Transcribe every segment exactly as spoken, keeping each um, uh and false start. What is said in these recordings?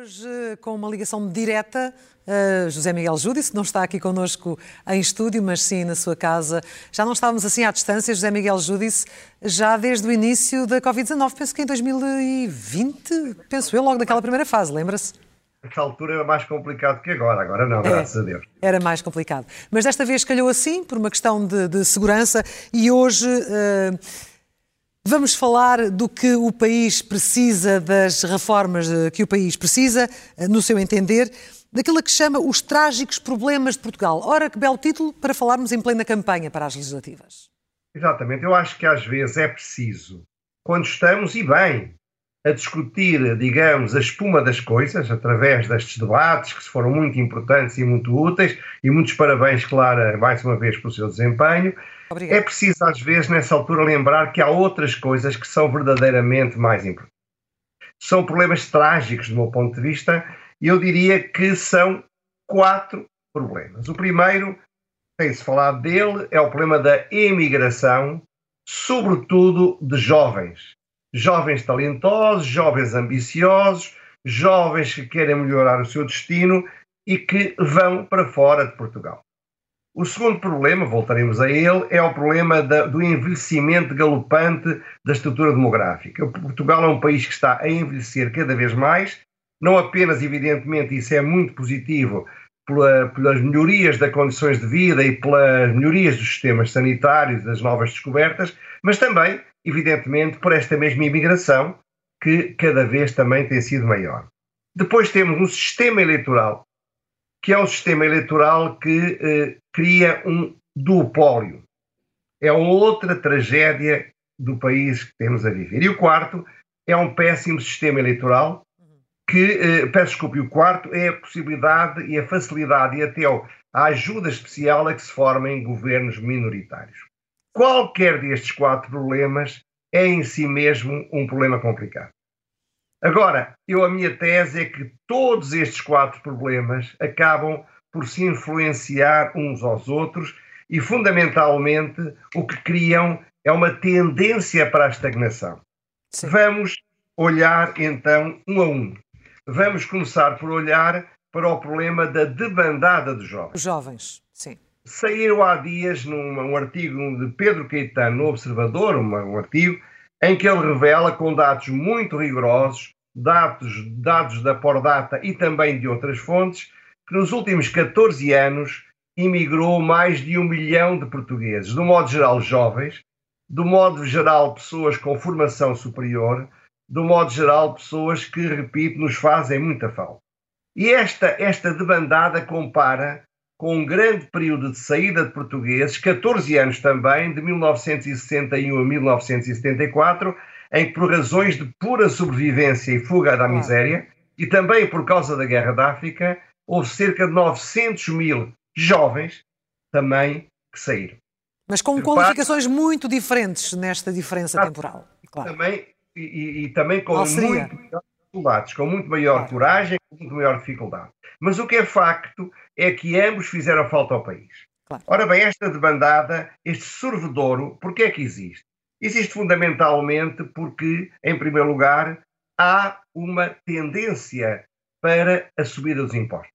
Hoje, com uma ligação direta, uh, José Miguel Júdice, não está aqui connosco em estúdio, mas sim na sua casa. Já não estávamos assim à distância, José Miguel Júdice, já desde o início da covid dezanove, penso que em dois mil e vinte, penso eu, logo naquela primeira fase, lembra-se? Nessa altura era mais complicado que agora, agora não, graças é, a Deus. Era mais complicado. Mas desta vez calhou assim, por uma questão de, de segurança, e hoje... Uh, Vamos falar do que o país precisa, das reformas que o país precisa, no seu entender, daquilo que chama os trágicos problemas de Portugal. Ora, que belo título para falarmos em plena campanha para as legislativas. Exatamente. Eu acho que às vezes é preciso, quando estamos, e bem, a discutir, digamos, a espuma das coisas, através destes debates, que foram muito importantes e muito úteis, e muitos parabéns, Clara, mais uma vez, pelo seu desempenho. Obrigado. É preciso, às vezes, nessa altura, lembrar que há outras coisas que são verdadeiramente mais importantes. São problemas trágicos, do meu ponto de vista, e eu diria que são quatro problemas. O primeiro, tem-se falado dele, é o problema da emigração, sobretudo de jovens. Jovens talentosos, jovens ambiciosos, jovens que querem melhorar o seu destino e que vão para fora de Portugal. O segundo problema, voltaremos a ele, é o problema da, do envelhecimento galopante da estrutura demográfica. Portugal é um país que está a envelhecer cada vez mais, não apenas, evidentemente, isso é muito positivo, pela, pelas melhorias das condições de vida e pelas melhorias dos sistemas sanitários, das novas descobertas, mas também, evidentemente, por esta mesma imigração, que cada vez também tem sido maior. Depois temos um sistema eleitoral, que é um sistema eleitoral que eh, cria um duopólio. É outra tragédia do país que temos a viver. E o quarto é um péssimo sistema eleitoral que, eh, peço desculpa, e o quarto é a possibilidade e a facilidade e até a ajuda especial a que se formem governos minoritários. Qualquer destes quatro problemas é em si mesmo um problema complicado. Agora, eu, a minha tese é que todos estes quatro problemas acabam por se influenciar uns aos outros e, fundamentalmente, o que criam é uma tendência para a estagnação. Sim. Vamos olhar, então, um a um. Vamos começar por olhar para o problema da debandada dos jovens. Os jovens, sim. Saiu há dias num um artigo de Pedro Caetano no Observador, uma, um artigo, em que ele revela, com dados muito rigorosos, dados, dados da Pordata e também de outras fontes, que nos últimos catorze anos imigrou mais de um milhão de portugueses, do modo geral jovens, do modo geral pessoas com formação superior, do modo geral pessoas que, repito, nos fazem muita falta. E esta, esta debandada compara com um grande período de saída de portugueses, catorze anos também, de mil novecentos e sessenta e um a mil novecentos e setenta e quatro, em que por razões de pura sobrevivência e fuga da miséria, e também por causa da Guerra da África, houve cerca de novecentos mil jovens também que saíram. Mas com Repare, qualificações muito diferentes nesta diferença temporal. Claro. Também, e, e, e também com muito maiores dificuldades, com muito maior claro. coragem, com muito maior dificuldade. Mas o que é facto é que ambos fizeram falta ao país. Claro. Ora bem, esta debandada, este sorvedouro, porquê é que existe? Existe fundamentalmente porque, em primeiro lugar, há uma tendência para a subida dos impostos.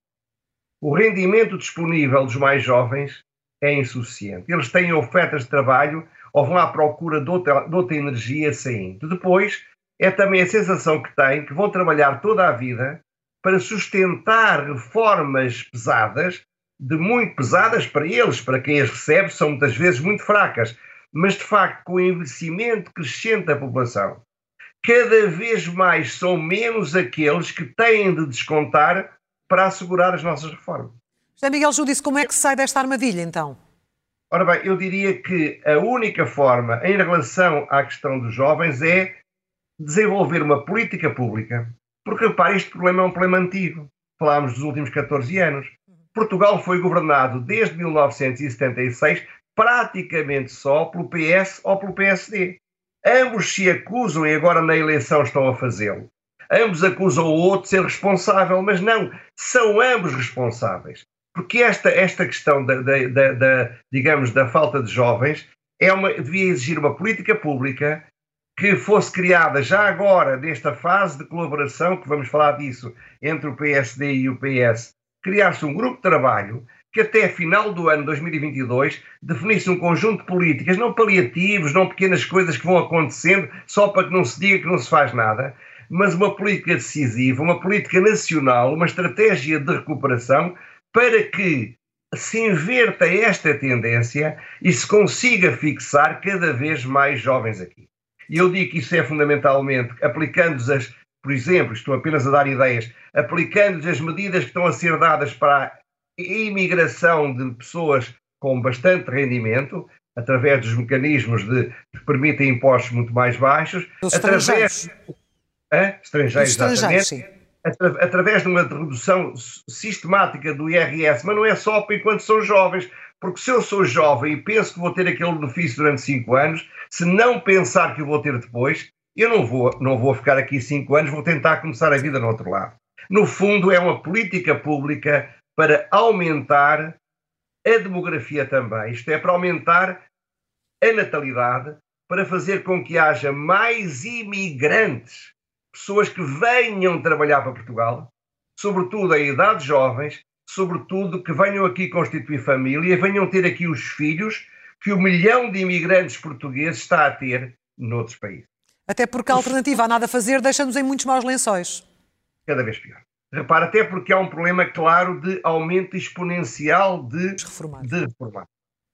O rendimento disponível dos mais jovens é insuficiente. Eles têm ofertas de trabalho ou vão à procura de outra, de outra energia saindo. Depois, é também a sensação que têm que vão trabalhar toda a vida para sustentar reformas pesadas, de muito pesadas para eles, para quem as recebe, são muitas vezes muito fracas. Mas, de facto, com o envelhecimento crescente da população, cada vez mais são menos aqueles que têm de descontar para assegurar as nossas reformas. José Miguel Júdice, como é que se sai desta armadilha, então? Ora bem, eu diria que a única forma, em relação à questão dos jovens, é desenvolver uma política pública. Porque, repare, este problema é um problema antigo. Falámos dos últimos catorze anos. Portugal foi governado desde mil novecentos e setenta e seis praticamente só pelo P S ou pelo P S D. Ambos se acusam, e agora na eleição estão a fazê-lo, ambos acusam o outro de ser responsável, mas não, são ambos responsáveis. Porque esta, esta questão, da, da, da, da, digamos, da falta de jovens, é uma, devia exigir uma política pública que fosse criada já agora, nesta fase de colaboração, que vamos falar disso, entre o P S D e o P S, criar-se um grupo de trabalho que até final do ano dois mil e vinte e dois definisse um conjunto de políticas, não paliativos, não pequenas coisas que vão acontecendo só para que não se diga que não se faz nada, mas uma política decisiva, uma política nacional, uma estratégia de recuperação para que se inverta esta tendência e se consiga fixar cada vez mais jovens aqui. E eu digo que isso é fundamentalmente aplicando-lhes, as, por exemplo, estou apenas a dar ideias, aplicando-lhes as medidas que estão a ser dadas para a imigração de pessoas com bastante rendimento, através dos mecanismos de, que permitem impostos muito mais baixos, Os através estrangeiros. Hã? Estrangeiros, Os estrangeiros, sim. atra, através de uma redução sistemática do I R S, mas não é só para enquanto são jovens, porque se eu sou jovem e penso que vou ter aquele benefício durante cinco anos, se não pensar que o vou ter depois, eu não vou, não vou ficar aqui cinco anos, vou tentar começar a vida no outro lado. No fundo, é uma política pública para aumentar a demografia também, isto é, para aumentar a natalidade, para fazer com que haja mais imigrantes, pessoas que venham trabalhar para Portugal, sobretudo em idades jovens, sobretudo que venham aqui constituir família e venham ter aqui os filhos que o milhão de imigrantes portugueses está a ter noutros países. Até porque a alternativa a nada fazer deixa-nos em muitos maus lençóis. Cada vez pior. Repara, até porque há um problema claro de aumento exponencial de reformados. De reformados.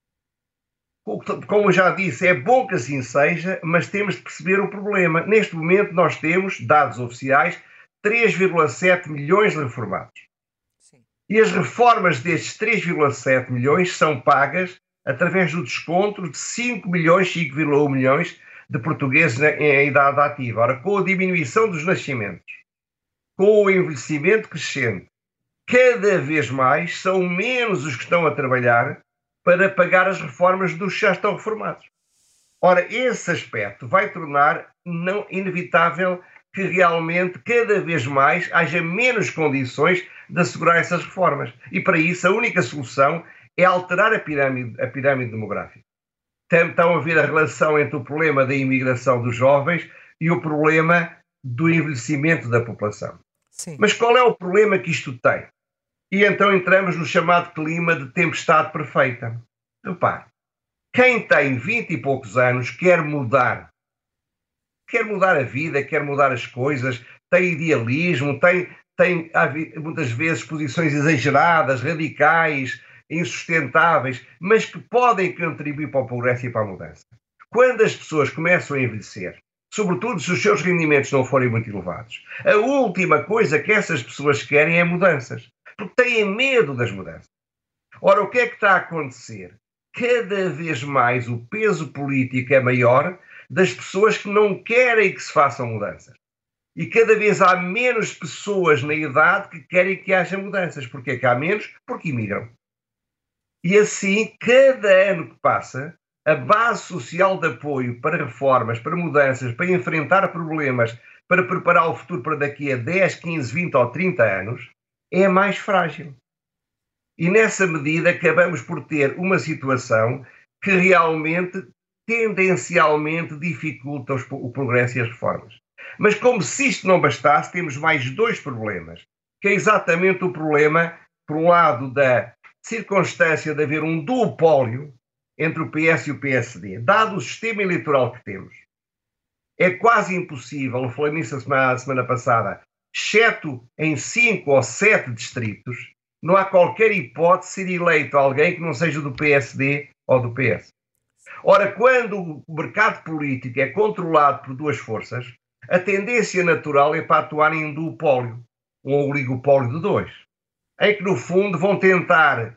Como eu já disse, é bom que assim seja, mas temos de perceber o problema. Neste momento nós temos, dados oficiais, três vírgula sete milhões de reformados. Sim. E as reformas destes três vírgula sete milhões são pagas através do desconto de cinco milhões, cinco vírgula um milhões de portugueses em idade ativa. Ora, com a diminuição dos nascimentos, com o envelhecimento crescente, cada vez mais são menos os que estão a trabalhar para pagar as reformas dos que já estão reformados. Ora, esse aspecto vai tornar não inevitável que realmente cada vez mais haja menos condições de assegurar essas reformas. E para isso a única solução é alterar a pirâmide, a pirâmide demográfica. Estão a ver a relação entre o problema da imigração dos jovens e o problema do envelhecimento da população. Sim. Mas qual é o problema que isto tem? E então entramos no chamado clima de tempestade perfeita. Repare, quem tem vinte e poucos anos quer mudar. Quer mudar a vida, quer mudar as coisas, tem idealismo, tem, tem muitas vezes posições exageradas, radicais, insustentáveis, mas que podem contribuir para o progresso e para a mudança. Quando as pessoas começam a envelhecer, sobretudo se os seus rendimentos não forem muito elevados, a última coisa que essas pessoas querem é mudanças. Porque têm medo das mudanças. Ora, o que é que está a acontecer? Cada vez mais o peso político é maior das pessoas que não querem que se façam mudanças. E cada vez há menos pessoas na idade que querem que haja mudanças. Porquê que há menos? Porque imigram. E assim, cada ano que passa, a base social de apoio para reformas, para mudanças, para enfrentar problemas, para preparar o futuro para daqui a dez, quinze, vinte ou trinta anos, é mais frágil. E nessa medida acabamos por ter uma situação que realmente, tendencialmente, dificulta os, o progresso e as reformas. Mas como se isto não bastasse, temos mais dois problemas, que é exatamente o problema, por um lado, da circunstância de haver um duopólio entre o P S e o P S D. Dado o sistema eleitoral que temos, é quase impossível, eu falei nisso a semana, a semana passada, exceto em cinco ou sete distritos, não há qualquer hipótese de ser eleito alguém que não seja do P S D ou do P S. Ora, quando o mercado político é controlado por duas forças, a tendência natural é para atuar em duopólio, um oligopólio de dois, em que no fundo vão tentar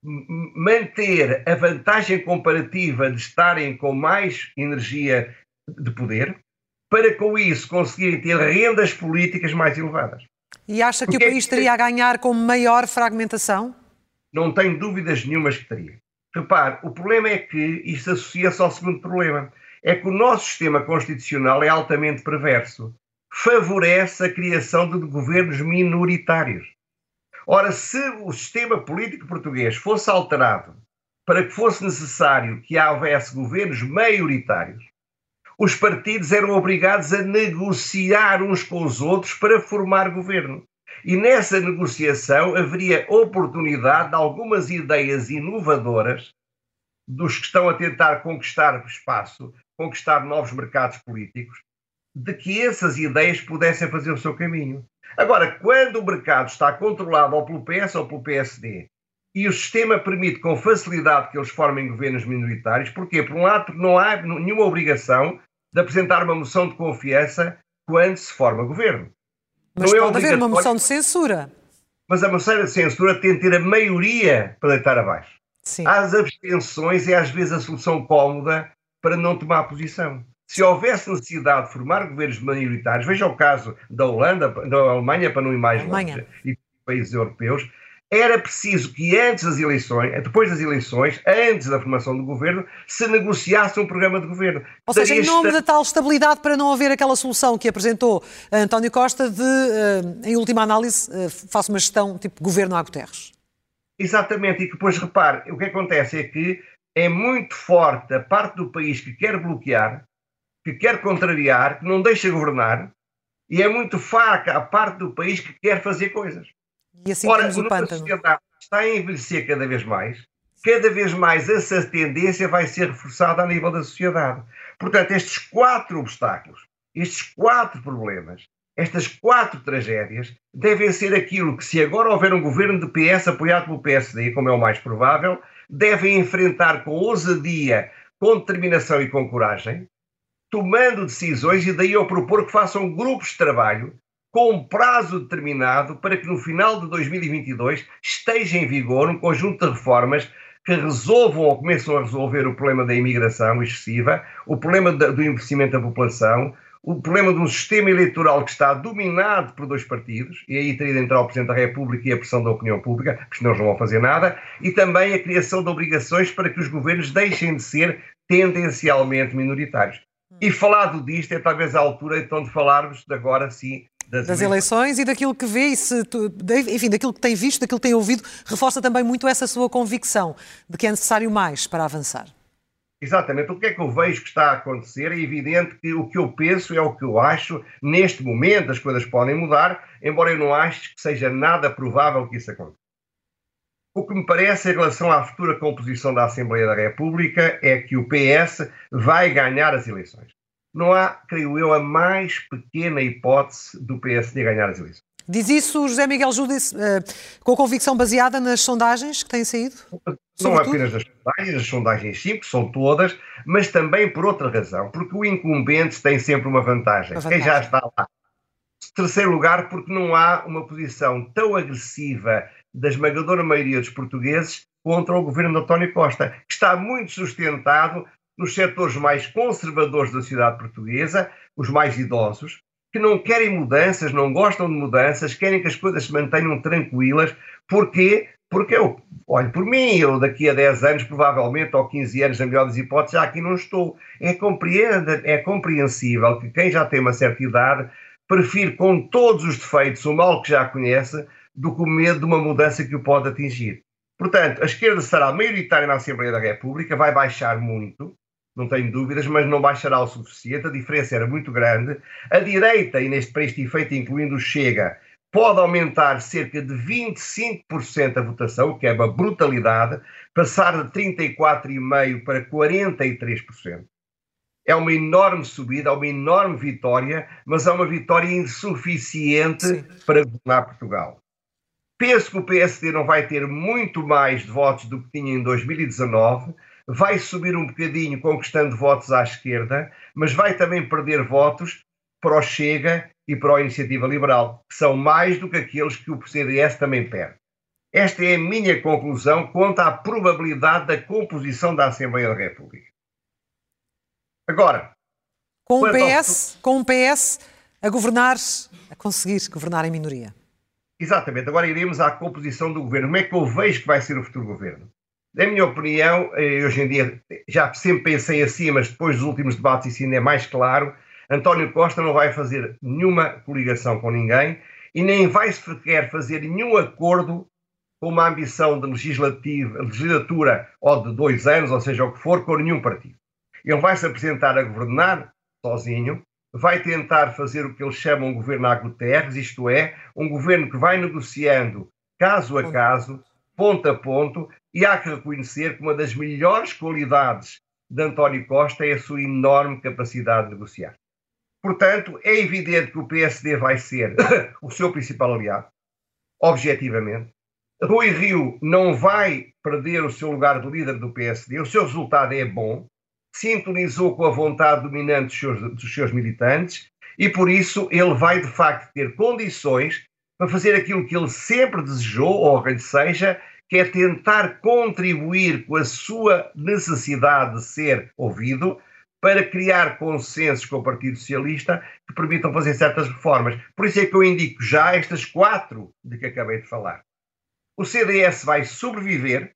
manter a vantagem comparativa de estarem com mais energia de poder, para com isso conseguirem ter rendas políticas mais elevadas. E acha que Porque o país teria a ganhar com maior fragmentação? Não tenho dúvidas nenhumas que teria. Repare, o problema é que isto associa-se ao segundo problema. É que o nosso sistema constitucional é altamente perverso. Favorece a criação de governos minoritários. Ora, se o sistema político português fosse alterado para que fosse necessário que houvesse governos maioritários, Os partidos eram obrigados a negociar uns com os outros para formar governo. E nessa negociação haveria oportunidade de algumas ideias inovadoras dos que estão a tentar conquistar espaço, conquistar novos mercados políticos, de que essas ideias pudessem fazer o seu caminho. Agora, quando o mercado está controlado ou pelo P S ou pelo P S D e o sistema permite com facilidade que eles formem governos minoritários, porquê? Por um lado, não há nenhuma obrigação de apresentar uma moção de confiança quando se forma governo. Mas não pode é haver uma moção de censura. Mas a moção de censura tem de ter a maioria para deitar abaixo. Sim. As abstenções é às vezes a solução cómoda para não tomar posição. Se houvesse necessidade de formar governos maioritários, veja o caso da Holanda, da Alemanha, para não ir mais longe, e países europeus, era preciso que antes das eleições, depois das eleições, antes da formação do governo, se negociasse um programa de governo. Ou seja, em nome da tal estabilidade, para não haver aquela solução que apresentou António Costa de, em última análise, faça uma gestão tipo governo a Guterres. Exatamente, e que depois, repare, o que acontece é que é muito forte a parte do país que quer bloquear, que quer contrariar, que não deixa governar, e é muito fraca a parte do país que quer fazer coisas. E assim Ora, temos o numa pântano. sociedade que está a envelhecer cada vez mais, cada vez mais essa tendência vai ser reforçada a nível da sociedade. Portanto, estes quatro obstáculos, estes quatro problemas, estas quatro tragédias, devem ser aquilo que, se agora houver um governo de P S apoiado pelo P S D, como é o mais provável, devem enfrentar com ousadia, com determinação e com coragem, tomando decisões, e daí eu propor que façam grupos de trabalho com um prazo determinado para que no final de dois mil e vinte e dois esteja em vigor um conjunto de reformas que resolvam ou começam a resolver o problema da imigração excessiva, o problema do envelhecimento da população, o problema de um sistema eleitoral que está dominado por dois partidos, e aí teria de entrar o Presidente da República e a pressão da opinião pública, porque senão eles não vão fazer nada, e também a criação de obrigações para que os governos deixem de ser tendencialmente minoritários. E falado disto, é talvez a altura então de falarmos de agora sim das, das eleições e daquilo que vê, e se, enfim, daquilo que tem visto, daquilo que tem ouvido, reforça também muito essa sua convicção de que é necessário mais para avançar. Exatamente. O que é que eu vejo que está a acontecer? É evidente que o que eu penso é o que eu acho. Neste momento as coisas podem mudar, embora eu não ache que seja nada provável que isso aconteça. O que me parece em relação à futura composição da Assembleia da República é que o P S vai ganhar as eleições. Não há, creio eu, a mais pequena hipótese do P S D ganhar as eleições. Diz isso o José Miguel Júdice uh, com convicção baseada nas sondagens que têm saído? Não apenas nas sondagens, as sondagens simples, são todas, mas também por outra razão, porque o incumbente tem sempre uma vantagem, uma vantagem. Quem já está lá. Terceiro lugar, porque não há uma posição tão agressiva da esmagadora maioria dos portugueses contra o governo de António Costa, que está muito sustentado nos setores mais conservadores da sociedade portuguesa, os mais idosos, que não querem mudanças, não gostam de mudanças, querem que as coisas se mantenham tranquilas. Porquê? Porque eu, olho por mim, eu daqui a dez anos, provavelmente, ou quinze anos, na melhor das hipóteses, já aqui não estou. É, é compreensível que quem já tem uma certa idade prefere, com todos os defeitos, o mal que já conhece, do que o medo de uma mudança que o pode atingir. Portanto, a esquerda será maioritária na Assembleia da República, vai baixar muito, não tenho dúvidas, mas não baixará o suficiente, a diferença era muito grande. A direita, e neste, para este efeito incluindo o Chega, pode aumentar cerca de vinte e cinco por cento a votação, o que é uma brutalidade, passar de trinta e quatro vírgula cinco por cento para quarenta e três por cento. É uma enorme subida, é uma enorme vitória, mas é uma vitória insuficiente Sim. para governar Portugal. Penso que o P S D não vai ter muito mais de votos do que tinha em dois mil e dezanove, vai subir um bocadinho conquistando votos à esquerda, mas vai também perder votos para o Chega e para a Iniciativa Liberal, que são mais do que aqueles que o C D S também perde. Esta é a minha conclusão quanto à probabilidade da composição da Assembleia da República. Agora, com o P S, ao... com o P S a governar, a conseguir governar em minoria. Exatamente. Agora iremos à composição do governo. Como é que eu vejo que vai ser o futuro governo? Na minha opinião, hoje em dia, já sempre pensei assim, mas depois dos últimos debates isso ainda é mais claro, António Costa não vai fazer nenhuma coligação com ninguém e nem vai sequer fazer nenhum acordo com uma ambição de legislativa, legislatura ou de dois anos, ou seja, o que for, com nenhum partido. Ele vai se apresentar a governar sozinho, vai tentar fazer o que eles chamam um governo à Guterres, isto é, um governo que vai negociando caso a caso, ponto a ponto, e há que reconhecer que uma das melhores qualidades de António Costa é a sua enorme capacidade de negociar. Portanto, é evidente que o P S D vai ser o seu principal aliado, objetivamente. Rui Rio não vai perder o seu lugar de líder do P S D, o seu resultado é bom, sintonizou com a vontade dominante dos seus, dos seus militantes e, por isso, ele vai, de facto, ter condições para fazer aquilo que ele sempre desejou, ou que seja, que é tentar contribuir com a sua necessidade de ser ouvido para criar consensos com o Partido Socialista que permitam fazer certas reformas. Por isso é que eu indico já estas quatro de que acabei de falar. O C D S vai sobreviver.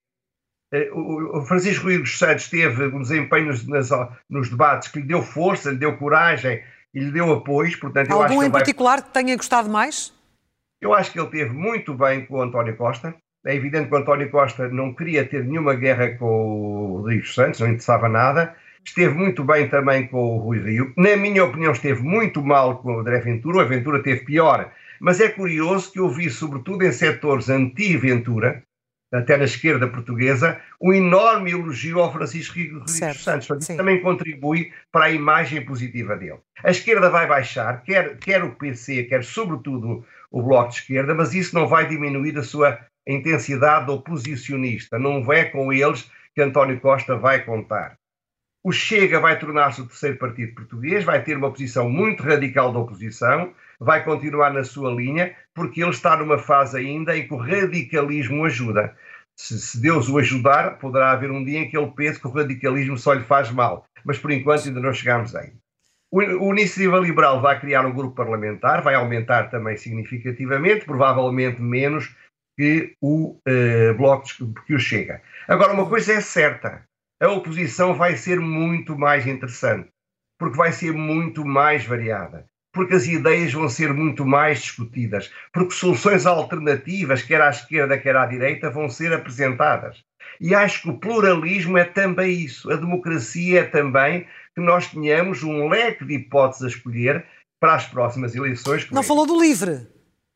O Francisco Rui dos Santos teve um desempenho nos, nos debates que lhe deu força, lhe deu coragem e lhe deu apoio. Portanto, eu Algum acho que em vai... particular que tenha gostado mais? Eu acho que ele teve muito bem com o António Costa. É evidente que o António Costa não queria ter nenhuma guerra com o Rodrigues Santos, não interessava nada. Esteve muito bem também com o Rui Rio. Na minha opinião, esteve muito mal com o André Ventura. O Ventura teve pior. Mas é curioso que eu vi, sobretudo em setores anti-Ventura, até na esquerda portuguesa, um enorme elogio ao Francisco Rodrigues Santos. Portanto, isso também contribui para a imagem positiva dele. A esquerda vai baixar, quer, quer o P C, quer sobretudo o Bloco de Esquerda, mas isso não vai diminuir a sua intensidade oposicionista. Não é com eles que António Costa vai contar. O Chega vai tornar-se o terceiro partido português, vai ter uma posição muito radical da oposição, vai continuar na sua linha, porque ele está numa fase ainda em que o radicalismo ajuda. Se, se Deus o ajudar, poderá haver um dia em que ele pense que o radicalismo só lhe faz mal. Mas, por enquanto, ainda não chegámos aí. O, o Iniciativa Liberal vai criar um grupo parlamentar, vai aumentar também significativamente, provavelmente menos que o uh, Bloco, que o Chega. Agora, uma coisa é certa. A oposição vai ser muito mais interessante, porque vai ser muito mais variada, porque as ideias vão ser muito mais discutidas, porque soluções alternativas, quer à esquerda, quer à direita, vão ser apresentadas. E acho que o pluralismo é também isso. A democracia é também que nós tenhamos um leque de hipóteses a escolher para as próximas eleições. Não falou do LIVRE.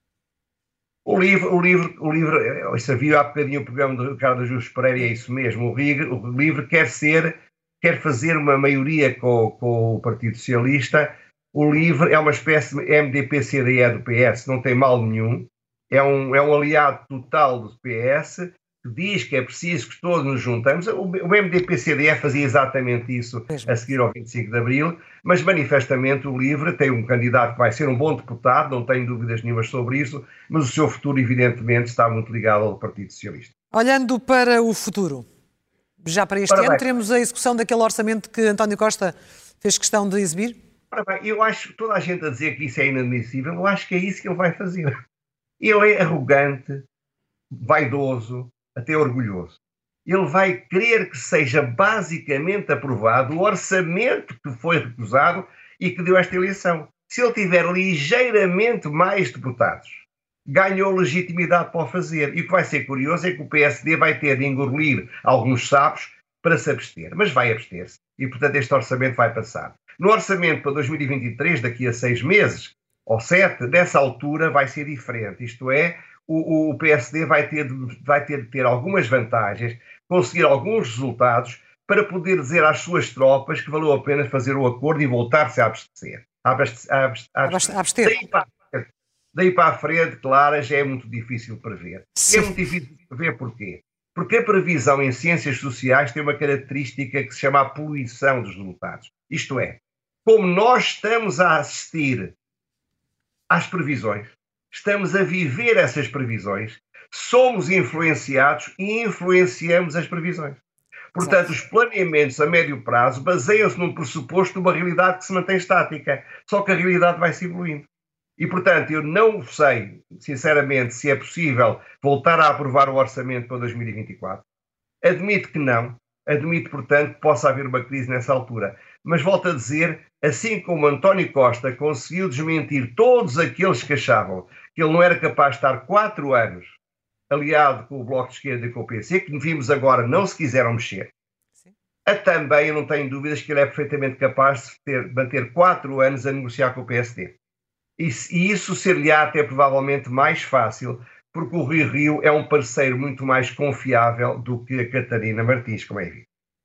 O livro, o livro, o livro, eu sabia há bocadinho o programa do Ricardo Justo Pereira, é isso mesmo. O livro, o livro quer ser, quer fazer uma maioria com, com o Partido Socialista. O livro é uma espécie de M D P C D E do P S, não tem mal nenhum. É um, é um aliado total do P S, que diz que é preciso que todos nos juntamos. O, o M D P C D E fazia exatamente isso a seguir ao vinte e cinco de Abril, mas manifestamente o LIVRE tem um candidato que vai ser um bom deputado, não tenho dúvidas nenhumas sobre isso, mas o seu futuro evidentemente está muito ligado ao Partido Socialista. Olhando para o futuro, já para este para ano bem. teremos a execução daquele orçamento que António Costa fez questão de exibir? Para bem, eu acho, toda a gente a dizer que isso é inadmissível, eu acho que é isso que ele vai fazer. Ele é arrogante, vaidoso, até orgulhoso. Ele vai querer que seja basicamente aprovado o orçamento que foi recusado e que deu esta eleição. Se ele tiver ligeiramente mais deputados, ganhou legitimidade para o fazer. E o que vai ser curioso é que o P S D vai ter de engolir alguns sapos para se abster. Mas vai abster-se. E, portanto, este orçamento vai passar. No orçamento para dois mil e vinte e três, daqui a seis meses, ou sete, dessa altura vai ser diferente. Isto é, o, o P S D vai ter, de, vai ter de ter algumas vantagens, conseguir alguns resultados para poder dizer às suas tropas que valeu a pena fazer o acordo e voltar-se a abastecer. A abastecer. A abastecer. A abastecer. A abastecer. Daí, para, daí para a frente, claro, já é muito difícil prever. E é muito difícil prever porquê? Porque a previsão em ciências sociais tem uma característica que se chama a poluição dos resultados. Isto é, como nós estamos a assistir às previsões, estamos a viver essas previsões, somos influenciados e influenciamos as previsões. Portanto, os planeamentos a médio prazo baseiam-se num pressuposto de uma realidade que se mantém estática, só que a realidade vai se evoluindo. E, portanto, eu não sei, sinceramente, se é possível voltar a aprovar o orçamento para dois mil e vinte e quatro. Admito que não. Admito, portanto, que possa haver uma crise nessa altura. Mas volto a dizer, assim como António Costa conseguiu desmentir todos aqueles que achavam que ele não era capaz de estar quatro anos aliado com o Bloco de Esquerda e com o P C, que vimos agora não se quiseram mexer. Sim. A também, eu não tenho dúvidas que ele é perfeitamente capaz de ter, manter quatro anos a negociar com o P S D. E, e isso ser-lhe-á até provavelmente mais fácil, porque o Rui Rio é um parceiro muito mais confiável do que a Catarina Martins, como é evidente.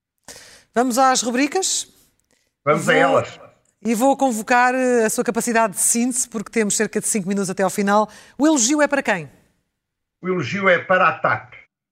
Vamos às rubricas? Vamos vou, a elas. E vou convocar a sua capacidade de síntese, porque temos cerca de cinco minutos até ao final. O elogio é para quem? O elogio é para a TAP.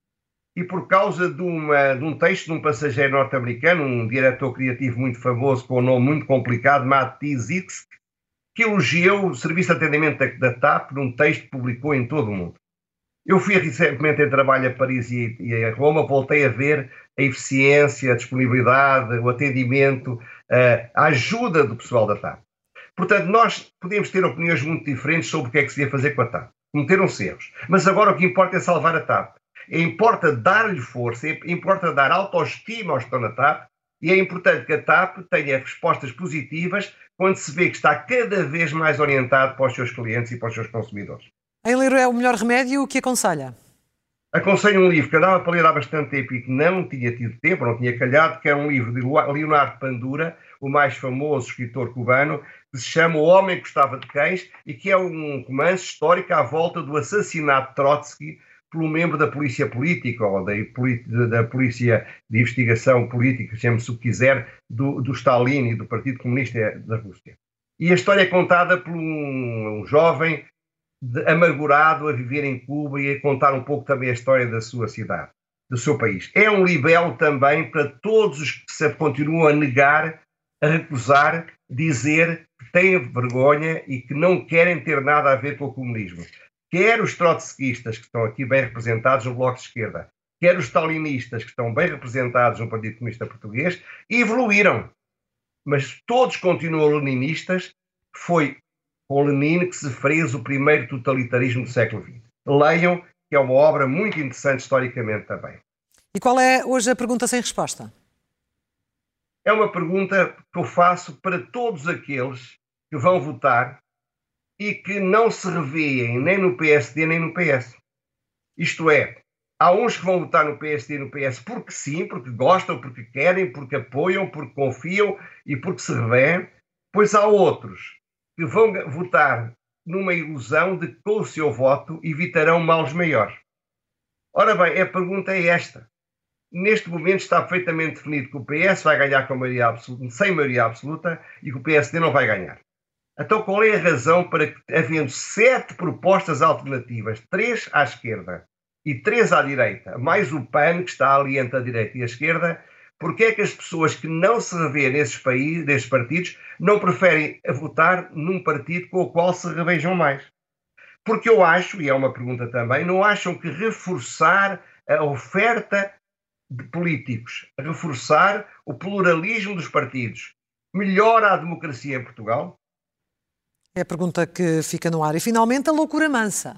E por causa de, uma, de um texto de um passageiro norte-americano, um diretor criativo muito famoso, com um nome muito complicado, Matt Zix, que elogiou o serviço de atendimento da, da TAP num texto que publicou em todo o mundo. Eu fui recentemente em trabalho a Paris e, e a Roma, voltei a ver a eficiência, a disponibilidade, o atendimento, a ajuda do pessoal da TAP. Portanto, nós podemos ter opiniões muito diferentes sobre o que é que se devia fazer com a TAP. Cometeram-se erros. Mas agora o que importa é salvar a TAP. Importa dar-lhe força, importa dar autoestima aos que estão na TAP, e é importante que a TAP tenha respostas positivas quando se vê que está cada vez mais orientado para os seus clientes e para os seus consumidores. Em ler é o melhor remédio, o que aconselha? Aconselho um livro que andava para ler há bastante tempo e que não tinha tido tempo, não tinha calhado, que é um livro de Leonardo Pandura, o mais famoso escritor cubano, que se chama O Homem que Gostava de Cães, e que é um romance histórico à volta do assassinato de Trotsky pelo membro da polícia política, ou da, da polícia de investigação política, chame-se o que quiser, do, do Stalin e do Partido Comunista da Rússia. E a história é contada por um, um jovem de, amargurado a viver em Cuba e a contar um pouco também a história da sua cidade, do seu país. É um libelo também para todos os que se continuam a negar, a recusar, dizer que têm vergonha e que não querem ter nada a ver com o comunismo. Quer os trotskistas, que estão aqui bem representados no Bloco de Esquerda, quer os stalinistas, que estão bem representados no Partido Comunista Português, evoluíram. Mas todos continuam leninistas. Foi com Lenin que se fez o primeiro totalitarismo do século vinte. Leiam, que é uma obra muito interessante historicamente também. E qual é hoje a pergunta sem resposta? É uma pergunta que eu faço para todos aqueles que vão votar e que não se revêem nem no P S D nem no P S. Isto é, há uns que vão votar no P S D e no P S porque sim, porque gostam, porque querem, porque apoiam, porque confiam e porque se revêem, pois há outros que vão votar numa ilusão de que com o seu voto evitarão males maiores. Ora bem, a pergunta é esta. Neste momento está perfeitamente definido que o P S vai ganhar com maioria absoluta, sem maioria absoluta, e que o P S D não vai ganhar. Então qual é a razão para que, havendo sete propostas alternativas, três à esquerda e três à direita, mais o P A N que está ali entre a direita e a esquerda, porque é que as pessoas que não se revêem nesses, países, nesses partidos não preferem votar num partido com o qual se revejam mais? Porque eu acho, e é uma pergunta também, não acham que reforçar a oferta de políticos, reforçar o pluralismo dos partidos, melhora a democracia em Portugal? É a pergunta que fica no ar. E, finalmente, a loucura mansa.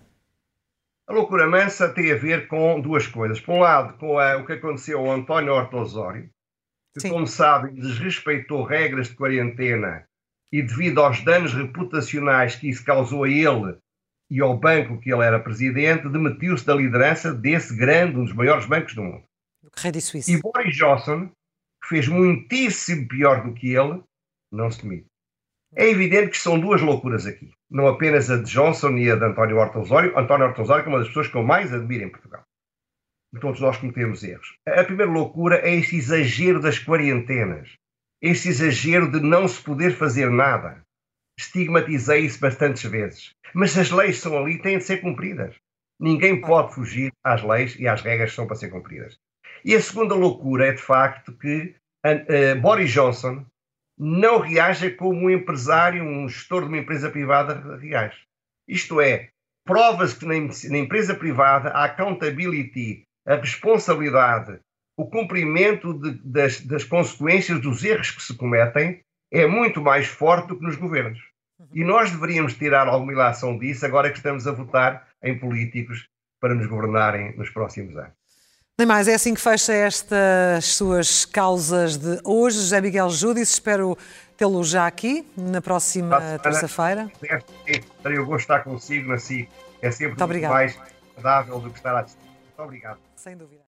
A loucura mansa tem a ver com duas coisas. Por um lado, com a, o que aconteceu ao António Horta Osório, que, Sim. como sabem, desrespeitou regras de quarentena e, devido aos danos reputacionais que isso causou a ele e ao banco que ele era presidente, demitiu-se da liderança desse grande, um dos maiores bancos do mundo. O Credit Suisse. E Boris Johnson, que fez muitíssimo pior do que ele, não se demite. É evidente que são duas loucuras aqui. Não apenas a de Johnson e a de António Horta Osório. António Horta Osório é uma das pessoas que eu mais admiro em Portugal. Todos nós cometemos erros. A primeira loucura é esse exagero das quarentenas. Esse exagero de não se poder fazer nada. Estigmatizei isso bastantes vezes. Mas as leis são ali e têm de ser cumpridas. Ninguém pode fugir às leis e às regras que são para ser cumpridas. E a segunda loucura é, de facto, que uh, Boris Johnson não reage como um empresário, um gestor de uma empresa privada reage. Isto é, prova-se que na, na empresa privada a accountability, a responsabilidade, o cumprimento de, das, das consequências dos erros que se cometem é muito mais forte do que nos governos. E nós deveríamos tirar alguma ilação disso agora que estamos a votar em políticos para nos governarem nos próximos anos. Nem mais, é assim que fecha estas suas causas de hoje. José Miguel Júdice, espero tê-lo já aqui na próxima terça-feira. Eu vou estar consigo na S I C. É sempre muito, muito mais agradável do que estar à distância. Muito obrigado. Sem dúvida.